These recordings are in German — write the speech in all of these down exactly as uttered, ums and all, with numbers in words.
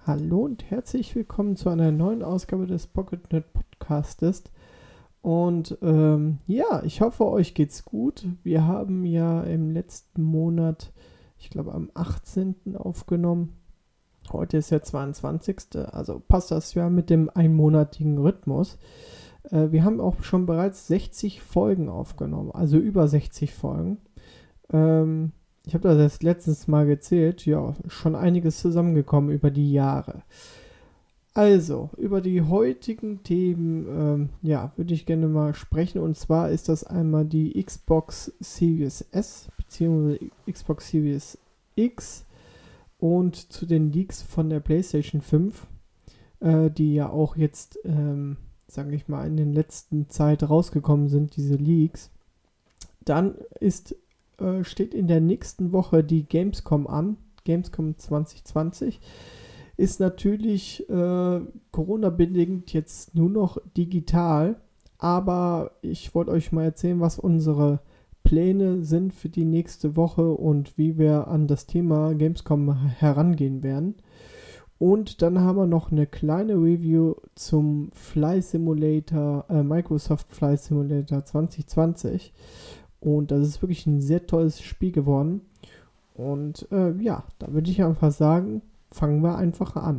Hallo und herzlich willkommen zu einer neuen Ausgabe des PocketNerd Podcastes. Und ähm, ja, ich hoffe, euch geht's gut. Wir haben ja im letzten Monat, ich glaube am achtzehnten aufgenommen. Heute ist der zweiundzwanzigste Also passt das ja mit dem einmonatigen Rhythmus. Äh, wir haben auch schon bereits sechzig Folgen aufgenommen, also über sechzig Folgen. Ähm, Ich habe das erst letztens mal gezählt. Ja, schon einiges zusammengekommen über die Jahre. Also, über die heutigen Themen, ähm, ja, würde ich gerne mal sprechen. Und zwar ist das einmal die Xbox Series S bzw. Xbox Series X und zu den Leaks von der PlayStation fünf, äh, die ja auch jetzt, ähm, sage ich mal, in den letzten Zeit rausgekommen sind, diese Leaks. Dann ist äh, steht in der nächsten Woche die Gamescom an. Gamescom zwanzig zwanzig ist natürlich äh, Corona-bedingt jetzt nur noch digital, aber ich wollte euch mal erzählen, was unsere Pläne sind für die nächste Woche und wie wir an das Thema Gamescom herangehen werden. Und dann haben wir noch eine kleine Review zum Fly Simulator, äh, Microsoft Fly Simulator zwanzig zwanzig. Und das ist wirklich ein sehr tolles Spiel geworden. Und äh, ja, da würde ich einfach sagen, fangen wir einfach an.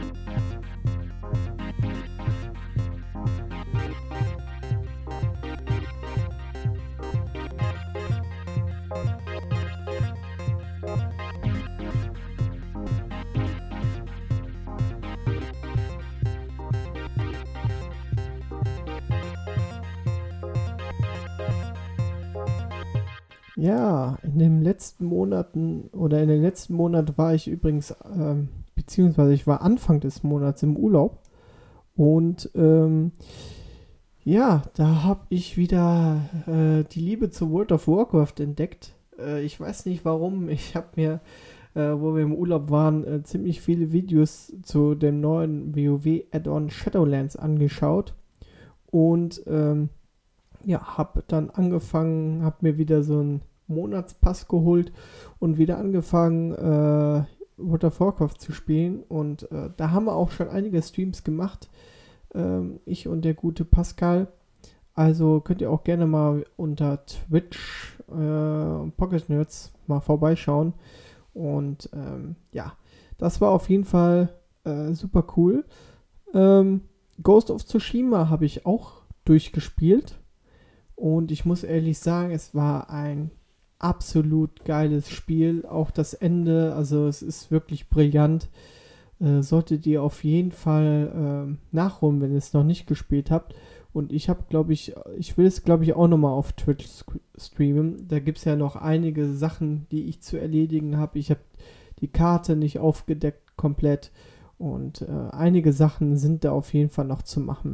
Ja, in den letzten Monaten oder in den letzten Monat war ich übrigens, ähm, beziehungsweise ich war Anfang des Monats im Urlaub und ähm, ja, da habe ich wieder äh, die Liebe zu World of Warcraft entdeckt. Äh, ich weiß nicht warum, ich habe mir, äh, wo wir im Urlaub waren, äh, ziemlich viele Videos zu dem neuen WoW-Add-on Shadowlands angeschaut und ähm, ja, habe dann angefangen, habe mir wieder so einen Monatspass geholt und wieder angefangen, äh, World of Warcraft zu spielen. Und äh, da haben wir auch schon einige Streams gemacht, ähm, ich und der gute Pascal. Also könnt ihr auch gerne mal unter Twitch äh, Pocket Nerds mal vorbeischauen. Und ähm, ja, das war auf jeden Fall äh, super cool. Ähm, Ghost of Tsushima habe ich auch durchgespielt. Und ich muss ehrlich sagen, es war ein absolut geiles Spiel. Auch das Ende, also es ist wirklich brillant. Äh, solltet ihr auf jeden Fall äh, nachholen, wenn ihr es noch nicht gespielt habt. Und ich habe, glaube ich, ich will es, glaube ich, auch nochmal auf Twitch streamen. Da gibt es ja noch einige Sachen, die ich zu erledigen habe. Ich habe die Karte nicht aufgedeckt komplett. Und äh, einige Sachen sind da auf jeden Fall noch zu machen.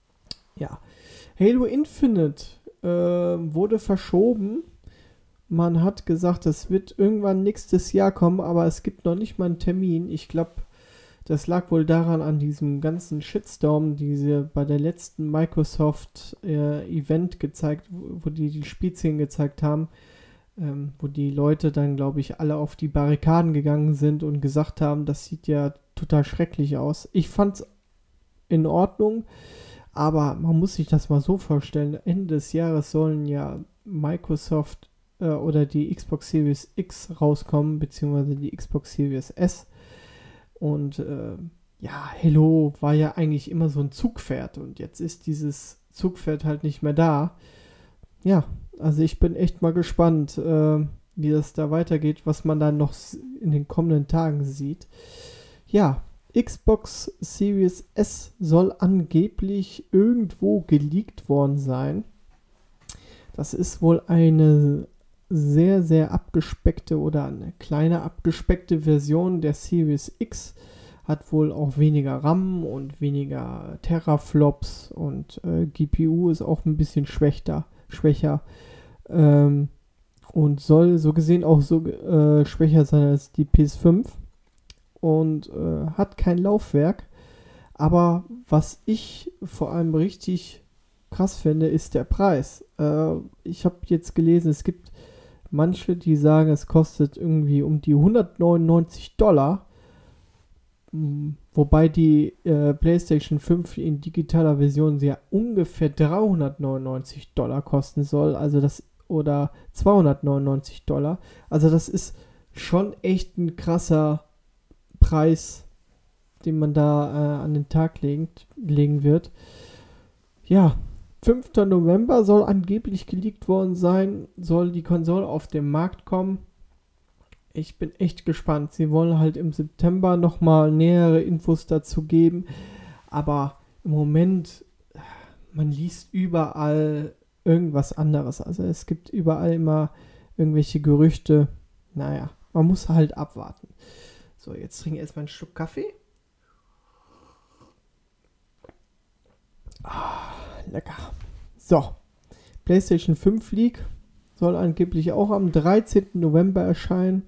Ja. Halo Infinite äh, wurde verschoben. Man hat gesagt, es wird irgendwann nächstes Jahr kommen, aber es gibt noch nicht mal einen Termin. Ich glaube, das lag wohl daran an diesem ganzen Shitstorm, die sie bei der letzten Microsoft äh, Event gezeigt, wo, wo die die Spielszenen gezeigt haben, ähm, wo die Leute dann, glaube ich, alle auf die Barrikaden gegangen sind und gesagt haben, das sieht ja total schrecklich aus. Ich fand es in Ordnung. Aber man muss sich das mal so vorstellen, Ende des Jahres sollen ja Microsoft äh, oder die Xbox Series X rauskommen, beziehungsweise die Xbox Series S. Und äh, ja, Halo war ja eigentlich immer so ein Zugpferd und jetzt ist dieses Zugpferd halt nicht mehr da. Ja, also ich bin echt mal gespannt, äh, wie das da weitergeht, was man dann noch in den kommenden Tagen sieht. Ja, Xbox Series S soll angeblich irgendwo geleakt worden sein. Das ist wohl eine sehr, sehr abgespeckte oder eine kleine abgespeckte Version der Series X. Hat wohl auch weniger RAM und weniger Teraflops und äh, G P U ist auch ein bisschen schwächer. schwächer ähm, und soll so gesehen auch so äh, schwächer sein als die P S fünf. Und äh, hat kein Laufwerk. Aber was ich vor allem richtig krass finde, ist der Preis. Äh, ich habe jetzt gelesen, es gibt manche, die sagen, es kostet irgendwie um die hundertneunundneunzig Dollar. wobei die äh, PlayStation fünf in digitaler Version ja ungefähr dreihundertneunundneunzig Dollar kosten soll, also das oder zweihundertneunundneunzig Dollar. Also das ist schon echt ein krasser Preis, den man da äh, an den Tag legt, legen wird. Ja, fünfter November soll angeblich geleakt worden sein, soll die Konsole auf den Markt kommen. Ich bin echt gespannt. Sie wollen halt im September nochmal nähere Infos dazu geben. Aber im Moment, man liest überall irgendwas anderes. Also es gibt überall immer irgendwelche Gerüchte. Naja, man muss halt abwarten. So, jetzt trinke ich erstmal einen Schluck Kaffee. Ah, lecker. So, PlayStation fünf Leak soll angeblich auch am dreizehnten November erscheinen.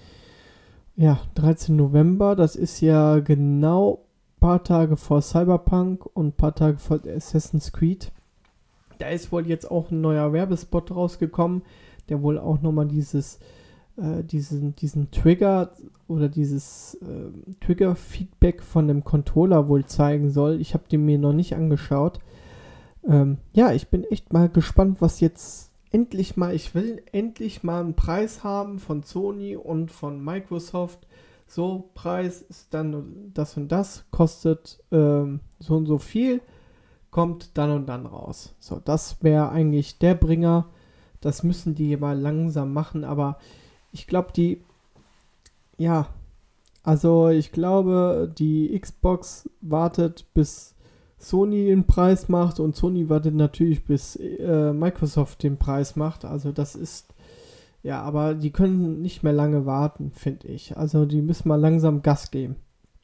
Ja, dreizehnten November, das ist ja genau ein paar Tage vor Cyberpunk und ein paar Tage vor Assassin's Creed. Da ist wohl jetzt auch ein neuer Werbespot rausgekommen, der wohl auch nochmal dieses, äh, diesen, diesen Trigger oder dieses äh, Trigger-Feedback von dem Controller wohl zeigen soll. Ich habe den mir noch nicht angeschaut. Ähm, ja, ich bin echt mal gespannt, was jetzt endlich mal, ich will endlich mal einen Preis haben von Sony und von Microsoft. So, Preis ist dann das und das, kostet ähm, so und so viel, kommt dann und dann raus. So, das wäre eigentlich der Bringer. Das müssen die mal langsam machen, aber ich glaube, die, ja, also ich glaube, die Xbox wartet, bis Sony den Preis macht und Sony wartet natürlich, bis äh, Microsoft den Preis macht. Also das ist, ja, aber die können nicht mehr lange warten, finde ich. Also die müssen mal langsam Gas geben.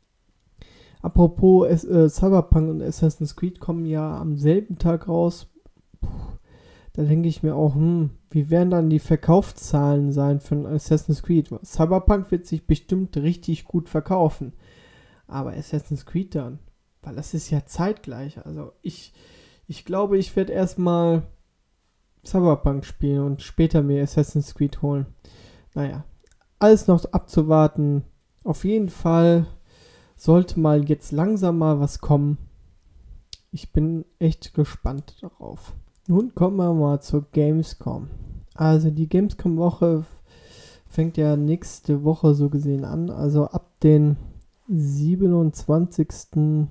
Apropos äh, Cyberpunk und Assassin's Creed kommen ja am selben Tag raus. Puh, da denke ich mir auch, hm, wie werden dann die Verkaufszahlen sein für Assassin's Creed? Cyberpunk wird sich bestimmt richtig gut verkaufen. Aber Assassin's Creed dann? Weil das ist ja zeitgleich. Also ich, ich glaube, ich werde erstmal Cyberpunk spielen und später mir Assassin's Creed holen. Naja, alles noch abzuwarten. Auf jeden Fall sollte mal jetzt langsam mal was kommen. Ich bin echt gespannt darauf. Nun kommen wir mal zur Gamescom. Also die Gamescom-Woche fängt ja nächste Woche so gesehen an. Also ab den siebenundzwanzigsten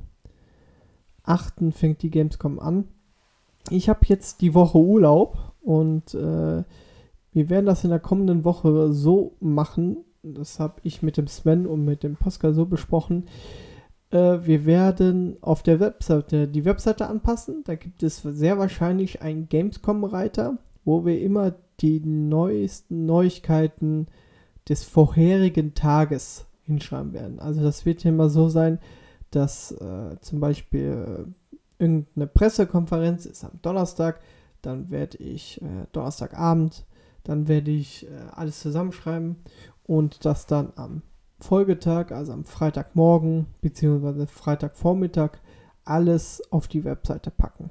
achten fängt die Gamescom an. Ich habe jetzt die Woche Urlaub und äh, wir werden das in der kommenden Woche so machen. Das habe ich mit dem Sven und mit dem Pascal so besprochen. Äh, wir werden auf der Webseite die Webseite anpassen. Da gibt es sehr wahrscheinlich einen Gamescom-Reiter, wo wir immer die neuesten Neuigkeiten des vorherigen Tages hinschreiben werden. Also das wird ja immer so sein, dass äh, zum Beispiel äh, irgendeine Pressekonferenz ist am Donnerstag, dann werde ich äh, Donnerstagabend, dann werde ich äh, alles zusammenschreiben und das dann am Folgetag, also am Freitagmorgen bzw. Freitagvormittag alles auf die Webseite packen.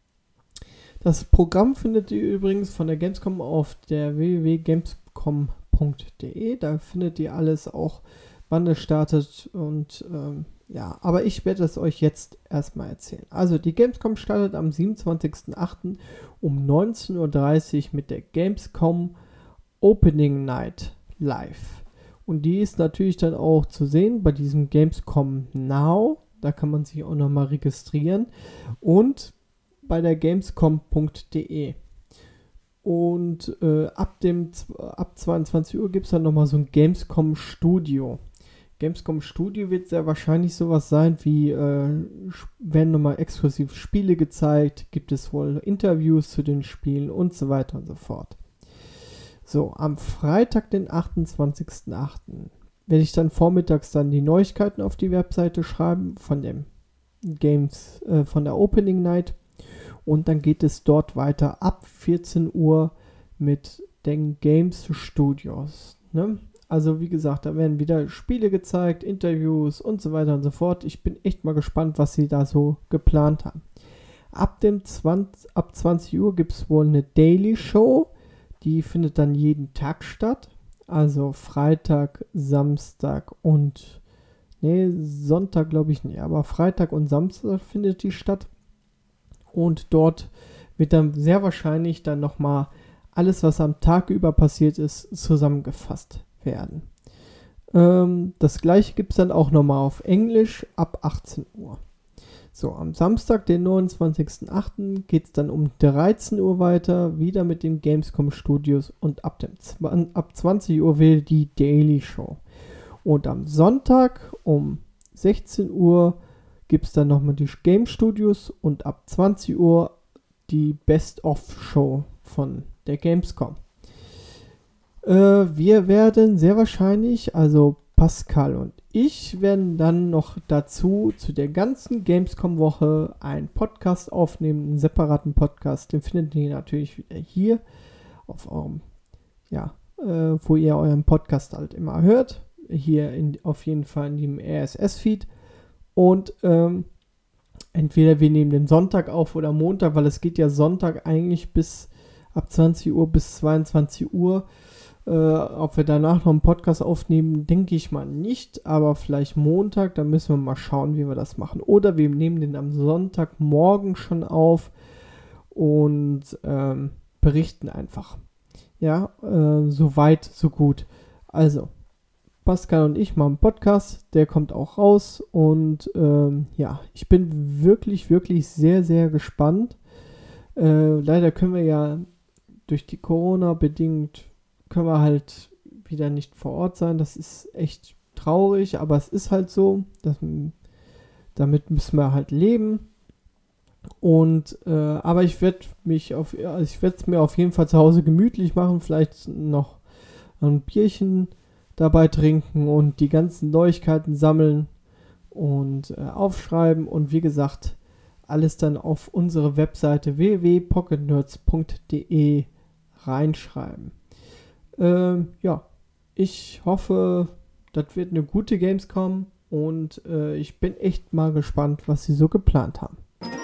Das Programm findet ihr übrigens von der Gamescom auf der w w w punkt gamescom punkt d e. Da findet ihr alles auch, wann es startet und ähm, ja, aber ich werde es euch jetzt erstmal erzählen. Also die Gamescom startet am siebenundzwanzigsten achten um neunzehn Uhr dreißig mit der Gamescom Opening Night live. Und die ist natürlich dann auch zu sehen bei diesem Gamescom Now. Da kann man sich auch nochmal registrieren. Und bei der gamescom punkt d e. Und äh, ab, dem, ab zweiundzwanzig Uhr gibt es dann nochmal so ein Gamescom Studio. Gamescom Studio wird sehr wahrscheinlich sowas sein wie, äh, werden nochmal exklusiv Spiele gezeigt, gibt es wohl Interviews zu den Spielen und so weiter und so fort. So, am Freitag, den achtundzwanzigsten achten werde ich dann vormittags dann die Neuigkeiten auf die Webseite schreiben von dem Games, äh, von der Opening Night und dann geht es dort weiter ab vierzehn Uhr mit den Games Studios, ne? Also wie gesagt, da werden wieder Spiele gezeigt, Interviews und so weiter und so fort. Ich bin echt mal gespannt, was sie da so geplant haben. Ab, dem zwanzig, ab zwanzig Uhr gibt es wohl eine Daily Show. Die findet dann jeden Tag statt. Also Freitag, Samstag und Nee, Sonntag glaube ich nicht, aber Freitag und Samstag findet die statt. Und dort wird dann sehr wahrscheinlich dann nochmal alles, was am Tag über passiert ist, zusammengefasst werden. Ähm, das gleiche gibt es dann auch nochmal auf Englisch ab achtzehn Uhr. So, am Samstag, den neunundzwanzigsten achten geht es dann um dreizehn Uhr weiter, wieder mit den Gamescom Studios und ab, dem zwanzig, ab zwanzig Uhr wieder die Daily Show. Und am Sonntag um sechzehn Uhr gibt es dann nochmal die Game Studios und ab zwanzig Uhr die Best-of-Show von der Gamescom. Äh, wir werden sehr wahrscheinlich, also Pascal und ich werden dann noch dazu zu der ganzen Gamescom-Woche einen Podcast aufnehmen, einen separaten Podcast. Den findet ihr natürlich wieder hier auf eurem, ja, äh, wo ihr euren Podcast halt immer hört. Hier in, auf jeden Fall in dem R S S-Feed. Und ähm, entweder wir nehmen den Sonntag auf oder Montag, weil es geht ja Sonntag eigentlich bis ab zwanzig Uhr bis zweiundzwanzig Uhr. Äh, ob wir danach noch einen Podcast aufnehmen, denke ich mal nicht, aber vielleicht Montag, da müssen wir mal schauen, wie wir das machen. Oder wir nehmen den am Sonntagmorgen schon auf und ähm, berichten einfach. Ja, äh, so weit, so gut. Also, Pascal und ich machen einen Podcast, der kommt auch raus und ähm, ja, ich bin wirklich, wirklich sehr, sehr gespannt. Äh, leider können wir ja durch die Corona bedingt können wir halt wieder nicht vor Ort sein. Das ist echt traurig, aber es ist halt so. Das, damit müssen wir halt leben. Und äh, aber ich werde mich auf, also ich werde es mir auf jeden Fall zu Hause gemütlich machen, vielleicht noch ein Bierchen dabei trinken und die ganzen Neuigkeiten sammeln und äh, aufschreiben und wie gesagt, alles dann auf unsere Webseite w w w punkt pocket nerds punkt d e reinschreiben. Ähm, ja, ich hoffe, das wird eine gute Gamescom und äh, ich bin echt mal gespannt, was sie so geplant haben.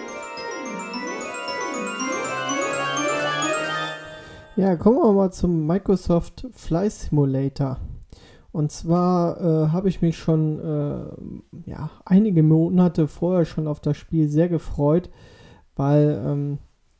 Ja, kommen wir mal zum Microsoft Flight Simulator. Und zwar äh, habe ich mich schon äh, ja, einige Monate vorher schon auf das Spiel sehr gefreut, weil ähm,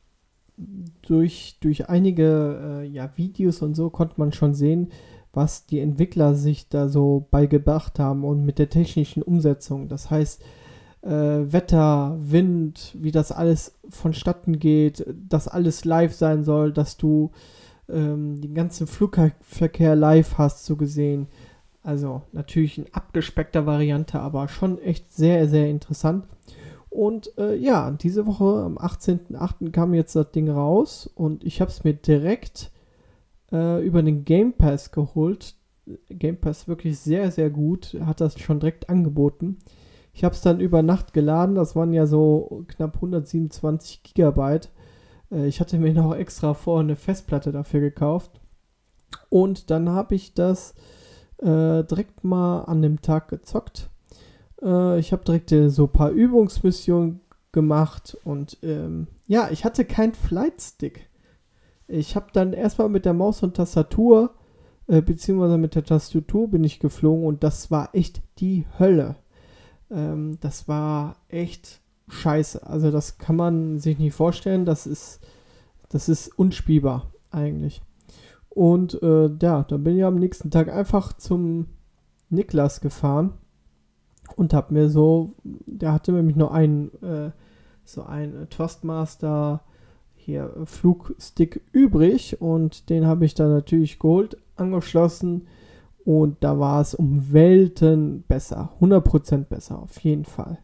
durch, durch einige äh, ja, Videos und so konnte man schon sehen, was die Entwickler sich da so beigebracht haben und mit der technischen Umsetzung. Das heißt, äh, Wetter, Wind, wie das alles vonstatten geht, dass alles live sein soll, dass du ähm, den ganzen Flugverkehr live hast, so gesehen. Also natürlich in abgespeckter Variante, aber schon echt sehr, sehr interessant. Und äh, ja, diese Woche am achtzehnten achten kam jetzt das Ding raus und ich habe es mir direkt äh, über den Game Pass geholt. Game Pass wirklich sehr, sehr gut, hat das schon direkt angeboten. Ich habe es dann über Nacht geladen, das waren ja so knapp hundertsiebenundzwanzig Gigabyte. Äh, ich hatte mir noch extra vorher eine Festplatte dafür gekauft. Und dann habe ich das äh, direkt mal an dem Tag gezockt. Äh, ich habe direkt äh, so ein paar Übungsmissionen gemacht und ähm, ja, ich hatte keinen Flightstick. Ich habe dann erstmal mit der Maus und Tastatur, äh, beziehungsweise mit der Tastatur bin ich geflogen und das war echt die Hölle. Ähm, das war echt scheiße. Also das kann man sich nicht vorstellen. Das ist, das ist unspielbar eigentlich. Und äh, ja, dann bin ich am nächsten Tag einfach zum Niklas gefahren und habe mir so, der hatte nämlich nur einen, äh, so einen Toastmaster hier äh, Flugstick übrig und den habe ich dann natürlich geholt, angeschlossen und da war es um Welten besser, hundert Prozent besser, auf jeden Fall.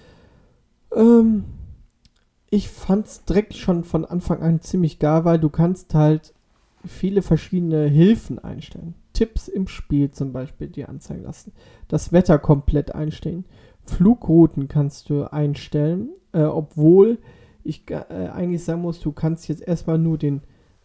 Ähm, ich fand es direkt schon von Anfang an ziemlich geil, weil du kannst halt viele verschiedene Hilfen einstellen. Tipps im Spiel zum Beispiel dir anzeigen lassen. Das Wetter komplett einstellen. Flugrouten kannst du einstellen, äh, obwohl ich äh, eigentlich sagen muss, du kannst jetzt erstmal nur den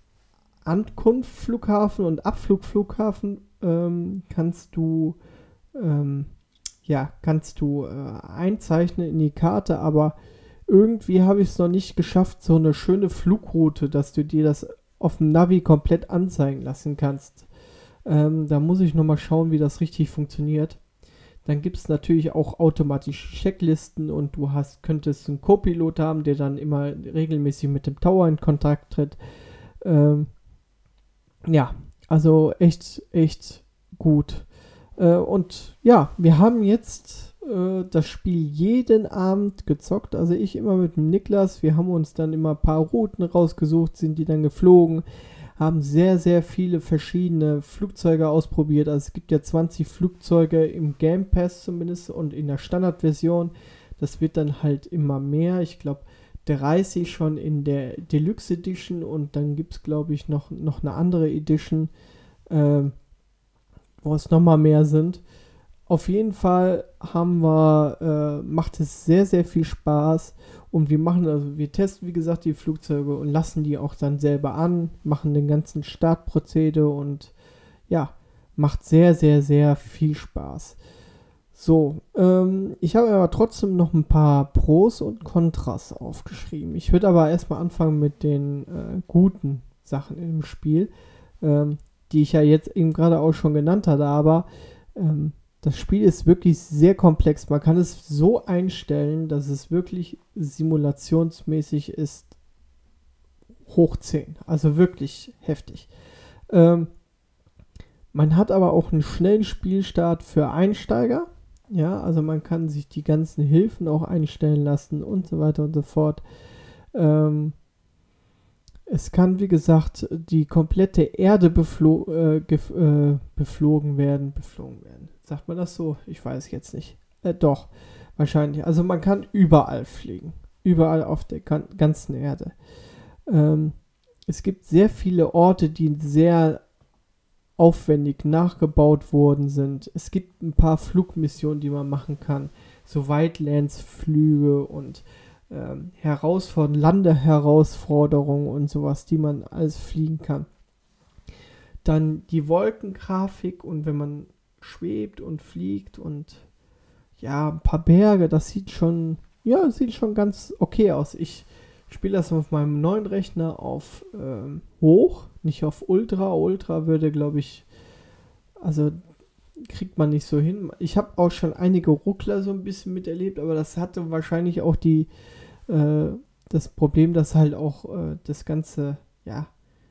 Ankunftsflughafen und Abflugflughafen ähm, kannst du ähm, ja, kannst du äh, einzeichnen in die Karte, aber irgendwie habe ich es noch nicht geschafft, so eine schöne Flugroute, dass du dir das auf dem Navi komplett anzeigen lassen kannst. Ähm, da muss ich nochmal schauen, wie das richtig funktioniert. Dann gibt es natürlich auch automatische Checklisten und du hast, könntest einen Co-Pilot haben, der dann immer regelmäßig mit dem Tower in Kontakt tritt. Ähm, ja, also echt, echt gut. Äh, und ja, wir haben jetzt äh, das Spiel jeden Abend gezockt. Also ich immer mit dem Niklas. Wir haben uns dann immer ein paar Routen rausgesucht, sind die dann geflogen, haben sehr, sehr viele verschiedene Flugzeuge ausprobiert. Also es gibt ja zwanzig Flugzeuge im Game Pass zumindest und in der Standardversion. Das wird dann halt immer mehr. Ich glaube dreißig schon in der Deluxe Edition und dann gibt es, glaube ich, noch, noch eine andere Edition, äh, wo es nochmal mehr sind. Auf jeden Fall haben wir, äh, macht es sehr, sehr viel Spaß und wir machen, also wir testen, wie gesagt, die Flugzeuge und lassen die auch dann selber an, machen den ganzen Startprozedere und ja, macht sehr, sehr, sehr viel Spaß. So, ähm, ich habe aber trotzdem noch ein paar Pros und Kontras aufgeschrieben. Ich würde aber erstmal anfangen mit den äh, guten Sachen im Spiel, ähm, die ich ja jetzt eben gerade auch schon genannt hatte, aber ähm, das Spiel ist wirklich sehr komplex. Man kann es so einstellen, dass es wirklich simulationsmäßig ist. Hoch zehn. Also wirklich heftig. Ähm, man hat aber auch einen schnellen Spielstart für Einsteiger. Ja, also man kann sich die ganzen Hilfen auch einstellen lassen und so weiter und so fort. Ähm, es kann, wie gesagt, die komplette Erde beflo- äh, gef- äh, beflogen werden. Beflogen werden. Sagt man das so? Ich weiß jetzt nicht. Äh, doch, wahrscheinlich. Also man kann überall fliegen. Überall auf der gan- ganzen Erde. Ähm, es gibt sehr viele Orte, die sehr aufwendig nachgebaut worden sind. Es gibt ein paar Flugmissionen, die man machen kann. So Wildlands-Flüge und ähm, Herausforderungen, Landeherausforderungen und sowas, die man alles fliegen kann. Dann die Wolkengrafik und wenn man schwebt und fliegt und ja, ein paar Berge, das sieht schon, ja, sieht schon ganz okay aus. Ich spiele das auf meinem neuen Rechner auf ähm, hoch, nicht auf Ultra. Ultra würde, glaube ich, also kriegt man nicht so hin. Ich habe auch schon einige Ruckler so ein bisschen miterlebt, aber das hatte wahrscheinlich auch die äh, das Problem, dass halt auch äh, das ganze, ja,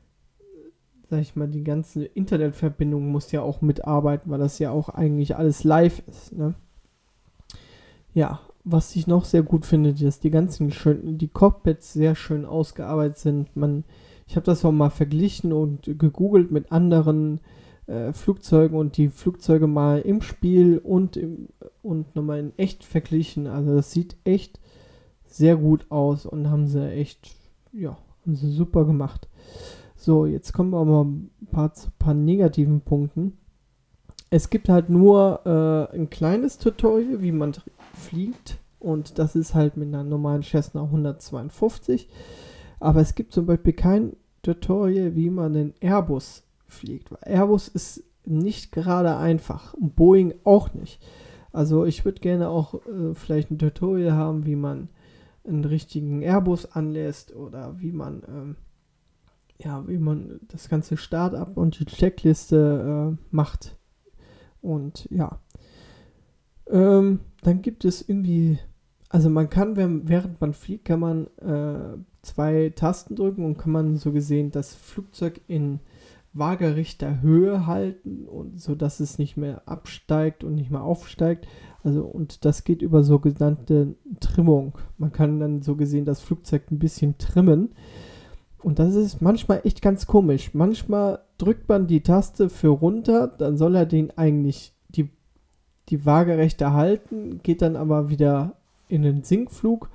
sag ich mal, die ganze Internetverbindung muss ja auch mitarbeiten, weil das ja auch eigentlich alles live ist, ne? Ja, was ich noch sehr gut finde, dass die ganzen schön, die Cockpits sehr schön ausgearbeitet sind. Man, ich habe das auch mal verglichen und gegoogelt mit anderen äh, Flugzeugen und die Flugzeuge mal im Spiel und im, und nochmal in echt verglichen. Also das sieht echt sehr gut aus und haben sie echt, ja, haben sie super gemacht. So, jetzt kommen wir aber ein paar, zu ein paar negativen Punkten. Es gibt halt nur äh, ein kleines Tutorial, wie man fliegt. Und das ist halt mit einer normalen Cessna hundertzweiundfünfzig. Aber es gibt zum Beispiel kein Tutorial, wie man den Airbus fliegt. Weil Airbus ist nicht gerade einfach. Und Boeing auch nicht. Also ich würde gerne auch äh, vielleicht ein Tutorial haben, wie man einen richtigen Airbus anlässt. Oder wie man, ähm, ja, wie man das ganze Start-up und die Checkliste äh, macht. Und ja, ähm, dann gibt es irgendwie, also man kann, wenn, während man fliegt, kann man äh, zwei Tasten drücken und kann man so gesehen das Flugzeug in waagerechter Höhe halten und so, dass es nicht mehr absteigt und nicht mehr aufsteigt. Also und das geht über sogenannte Trimmung. Man kann dann so gesehen das Flugzeug ein bisschen trimmen. Und das ist manchmal echt ganz komisch. Manchmal drückt man die Taste für runter, dann soll er den eigentlich die, die waagerechte halten, geht dann aber wieder in den Sinkflug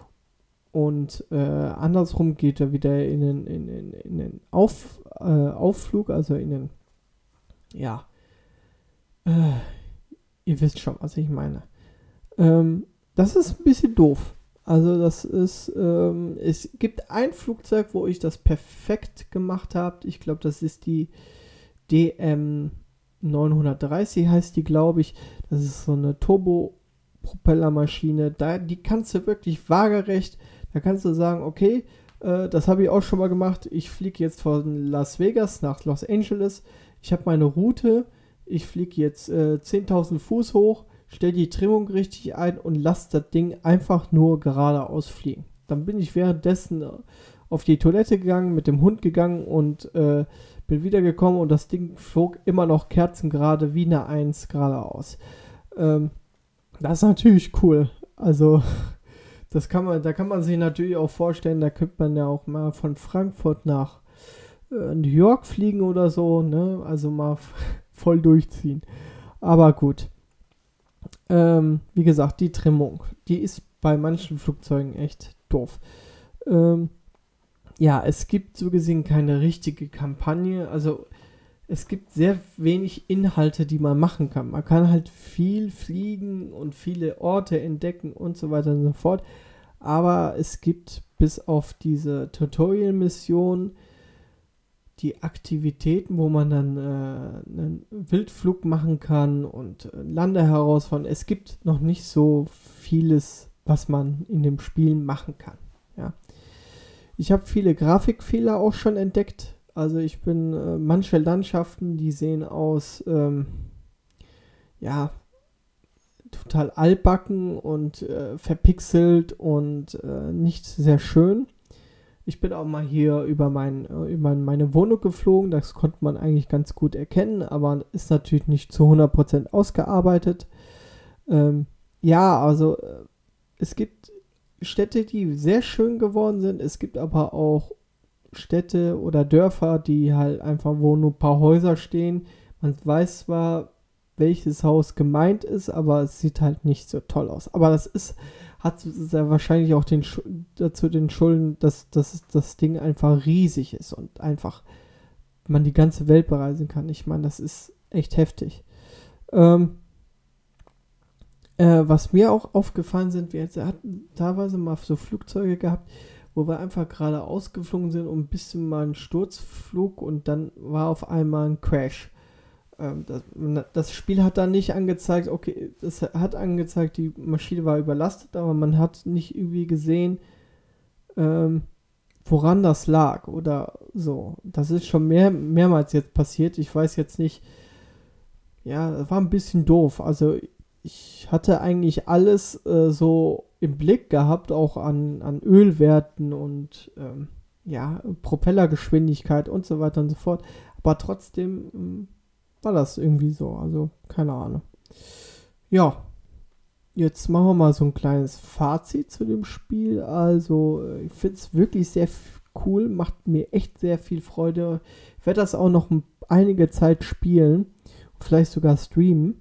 und äh, andersrum geht er wieder in den, in, in, in den Auf, äh, Aufflug, also in den, ja, äh, ihr wisst schon, was ich meine. Ähm, das ist ein bisschen doof. Also das ist, ähm, es gibt ein Flugzeug, wo ich das perfekt gemacht habe. Ich glaube, das ist die D M neunhundertdreißig, heißt die, glaube ich. Das ist so eine Turbopropellermaschine. Da, die kannst du wirklich waagerecht, da kannst du sagen, okay, äh, das habe ich auch schon mal gemacht. Ich fliege jetzt von Las Vegas nach Los Angeles. Ich habe meine Route. Ich fliege jetzt äh, zehntausend Fuß hoch, stell die Trimmung richtig ein und lass das Ding einfach nur geradeaus fliegen. Dann bin ich währenddessen auf die Toilette gegangen, mit dem Hund gegangen und äh, bin wiedergekommen und das Ding flog immer noch kerzengerade wie eine Eins geradeaus. Ähm, das ist natürlich cool. Also das kann man, da kann man sich natürlich auch vorstellen, da könnte man ja auch mal von Frankfurt nach äh, New York fliegen oder so, ne? Also mal f- voll durchziehen. Aber gut. Ähm, wie gesagt, die Trimmung, die ist bei manchen Flugzeugen echt doof. Ähm, ja, es gibt so gesehen keine richtige Kampagne. Also es gibt sehr wenig Inhalte, die man machen kann. Man kann halt viel fliegen und viele Orte entdecken und so weiter und so fort. Aber es gibt bis auf diese Tutorial-Mission die Aktivitäten, wo man dann äh, einen Wildflug machen kann und äh, Landeherausforderungen. Es gibt noch nicht so vieles, was man in dem Spiel machen kann. Ja. Ich habe viele Grafikfehler auch schon entdeckt. Also ich bin, äh, manche Landschaften, die sehen aus, ähm, ja, total altbacken und äh, verpixelt und äh, nicht sehr schön. Ich bin auch mal hier über, mein, äh, über meine Wohnung geflogen, das konnte man eigentlich ganz gut erkennen, aber ist natürlich nicht zu hundert Prozent ausgearbeitet. Ähm, ja, also äh, es gibt Städte, die sehr schön geworden sind, es gibt aber auch Städte oder Dörfer, die halt einfach, wo nur ein paar Häuser stehen. Man weiß zwar, welches Haus gemeint ist, aber es sieht halt nicht so toll aus. Aber das ist, hat sehr wahrscheinlich auch den, dazu den Schulden, dass, dass das Ding einfach riesig ist und einfach man die ganze Welt bereisen kann. Ich meine, das ist echt heftig. Ähm, äh, was mir auch aufgefallen sind, wir hatten teilweise mal so Flugzeuge gehabt, wo wir einfach gerade ausgeflogen sind und ein bisschen mal ein Sturzflug und dann war auf einmal ein Crash. Ähm, das, das Spiel hat dann nicht angezeigt, okay, es hat angezeigt, die Maschine war überlastet, aber man hat nicht irgendwie gesehen, ähm, woran das lag oder so. Das ist schon mehr, mehrmals jetzt passiert. Ich weiß jetzt nicht, ja, das war ein bisschen doof. Also ich hatte eigentlich alles äh, so im Blick gehabt, auch an, an Ölwerten und ähm, ja, Propellergeschwindigkeit und so weiter und so fort. Aber trotzdem ähm, war das irgendwie so. Also, keine Ahnung. Ja, jetzt machen wir mal so ein kleines Fazit zu dem Spiel. Also, ich finde es wirklich sehr f- cool, macht mir echt sehr viel Freude. Ich werde das auch noch m- einige Zeit spielen, vielleicht sogar streamen.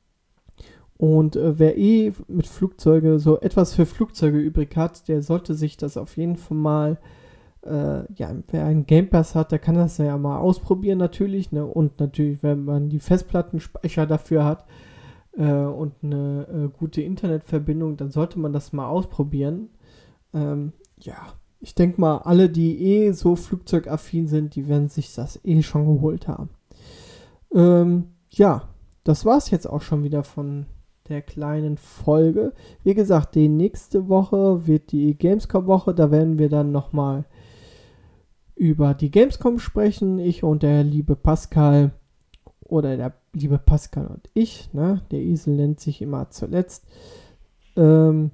Und äh, wer eh mit Flugzeuge so etwas für Flugzeuge übrig hat, der sollte sich das auf jeden Fall mal, äh, ja, wer einen Game Pass hat, der kann das ja mal ausprobieren natürlich, ne? Und natürlich, wenn man die Festplattenspeicher dafür hat äh, und eine äh, gute Internetverbindung, dann sollte man das mal ausprobieren. Ähm, ja, ich denke mal, alle, die eh so flugzeugaffin sind, die werden sich das eh schon geholt haben. Ähm, ja, das war's jetzt auch schon wieder von der kleinen Folge. Wie gesagt, die nächste Woche wird die Gamescom-Woche. Da werden wir dann nochmal über die Gamescom sprechen. Ich und der liebe Pascal oder der liebe Pascal und ich. Ne? Der Esel nennt sich immer zuletzt. Ähm,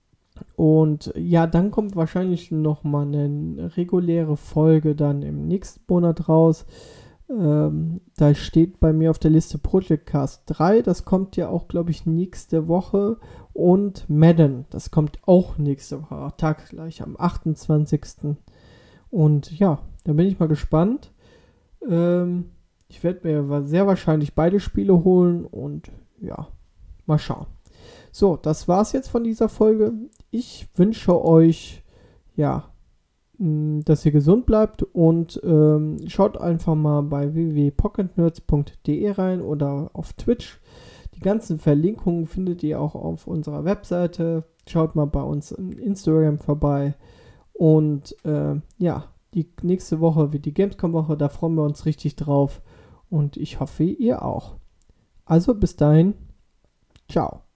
und ja, dann kommt wahrscheinlich nochmal eine reguläre Folge dann im nächsten Monat raus. Ähm, da steht bei mir auf der Liste Project Cars drei, das kommt ja auch, glaube ich, nächste Woche. Und Madden, das kommt auch nächste Woche, taggleich am achtundzwanzigsten Und ja, da bin ich mal gespannt. Ähm, ich werde mir sehr wahrscheinlich beide Spiele holen und ja, mal schauen. So, das war's jetzt von dieser Folge. Ich wünsche euch, ja, dass ihr gesund bleibt und ähm, schaut einfach mal bei w w w punkt pocketnerds punkt d e rein oder auf Twitch. Die ganzen Verlinkungen findet ihr auch auf unserer Webseite. Schaut mal bei uns im Instagram vorbei. Und äh, ja, die nächste Woche wird die Gamescom-Woche. Da freuen wir uns richtig drauf. Und ich hoffe, ihr auch. Also bis dahin. Ciao.